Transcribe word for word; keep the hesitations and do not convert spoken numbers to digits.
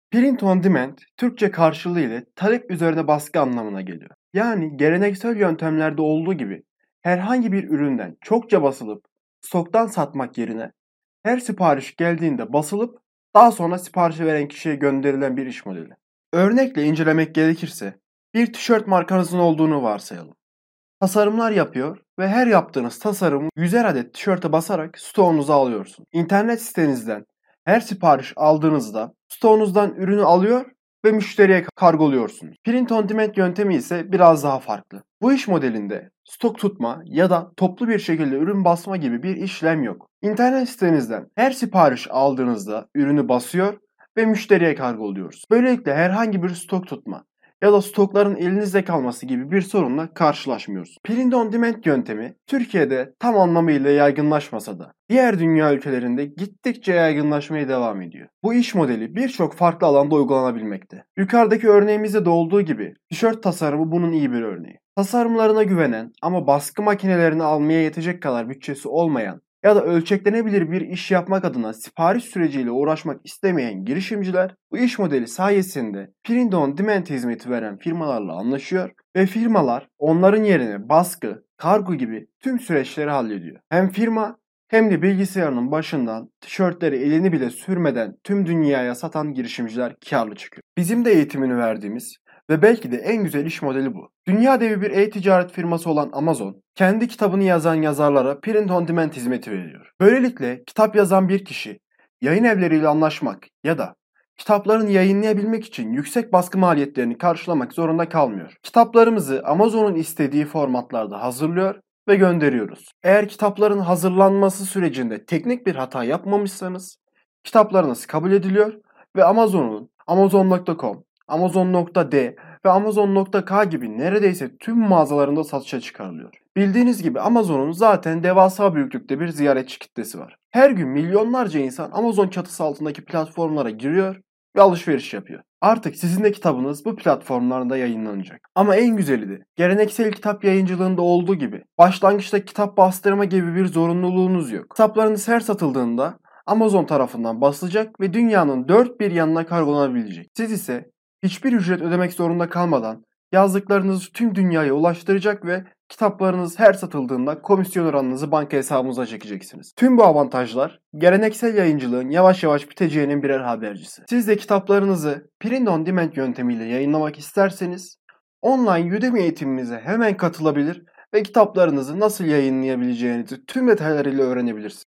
Print on demand, Türkçe karşılığı ile talep üzerine baskı anlamına geliyor. Yani geleneksel yöntemlerde olduğu gibi herhangi bir üründen çokça basılıp stoktan satmak yerine her sipariş geldiğinde basılıp daha sonra siparişi veren kişiye gönderilen bir iş modeli. Örnekle incelemek gerekirse bir tişört markanızın olduğunu varsayalım. Tasarımlar yapıyor ve her yaptığınız tasarımı yüzer adet tişörte basarak stoğunuza alıyorsun. İnternet sitenizden her sipariş aldığınızda stoğunuzdan ürünü alıyor ve müşteriye kargoluyorsunuz. Print on demand yöntemi ise biraz daha farklı. Bu iş modelinde stok tutma ya da toplu bir şekilde ürün basma gibi bir işlem yok. İnternet sitenizden her sipariş aldığınızda ürünü basıyor ve müşteriye kargoluyoruz. Böylelikle herhangi bir stok tutma ya da stokların elinizde kalması gibi bir sorunla karşılaşmıyoruz. Print on demand yöntemi Türkiye'de tam anlamıyla yaygınlaşmasa da diğer dünya ülkelerinde gittikçe yaygınlaşmaya devam ediyor. Bu iş modeli birçok farklı alanda uygulanabilmekte. Yukarıdaki örneğimizde de olduğu gibi tişört tasarımı bunun iyi bir örneği. Tasarımlarına güvenen ama baskı makinelerini almaya yetecek kadar bütçesi olmayan ya da ölçeklenebilir bir iş yapmak adına sipariş süreciyle uğraşmak istemeyen girişimciler bu iş modeli sayesinde print on demand hizmeti veren firmalarla anlaşıyor ve firmalar onların yerine baskı, kargo gibi tüm süreçleri hallediyor. Hem firma hem de bilgisayarının başından tişörtleri elini bile sürmeden tüm dünyaya satan girişimciler karlı çıkıyor. Bizim de eğitimini verdiğimiz ve belki de en güzel iş modeli bu. Dünya devi bir e-ticaret firması olan Amazon, kendi kitabını yazan yazarlara print on demand hizmeti veriyor. Böylelikle kitap yazan bir kişi, yayın evleriyle anlaşmak ya da kitaplarını yayınlayabilmek için yüksek baskı maliyetlerini karşılamak zorunda kalmıyor. Kitaplarımızı Amazon'un istediği formatlarda hazırlıyor ve gönderiyoruz. Eğer kitapların hazırlanması sürecinde teknik bir hata yapmamışsanız, kitaplarınız kabul ediliyor ve Amazon'un amazon nokta com, amazon nokta de ve amazon nokta ka gibi neredeyse tüm mağazalarında satışa çıkarılıyor. Bildiğiniz gibi Amazon'un zaten devasa büyüklükte bir ziyaretçi kitlesi var. Her gün milyonlarca insan Amazon çatısı altındaki platformlara giriyor ve alışveriş yapıyor. Artık sizin de kitabınız bu platformlarda yayınlanacak. Ama en güzeli de geleneksel kitap yayıncılığında olduğu gibi başlangıçta kitap bastırma gibi bir zorunluluğunuz yok. Kitaplarınız her satıldığında Amazon tarafından basılacak ve dünyanın dört bir yanına kargolanabilecek. Siz ise hiçbir ücret ödemek zorunda kalmadan yazdıklarınızı tüm dünyaya ulaştıracak ve kitaplarınız her satıldığında komisyon oranınızı banka hesabınıza çekeceksiniz. Tüm bu avantajlar geleneksel yayıncılığın yavaş yavaş biteceğinin birer habercisi. Siz de kitaplarınızı print on demand yöntemiyle yayınlamak isterseniz online Udemy eğitimimize hemen katılabilir ve kitaplarınızı nasıl yayınlayabileceğinizi tüm detaylarıyla öğrenebilirsiniz.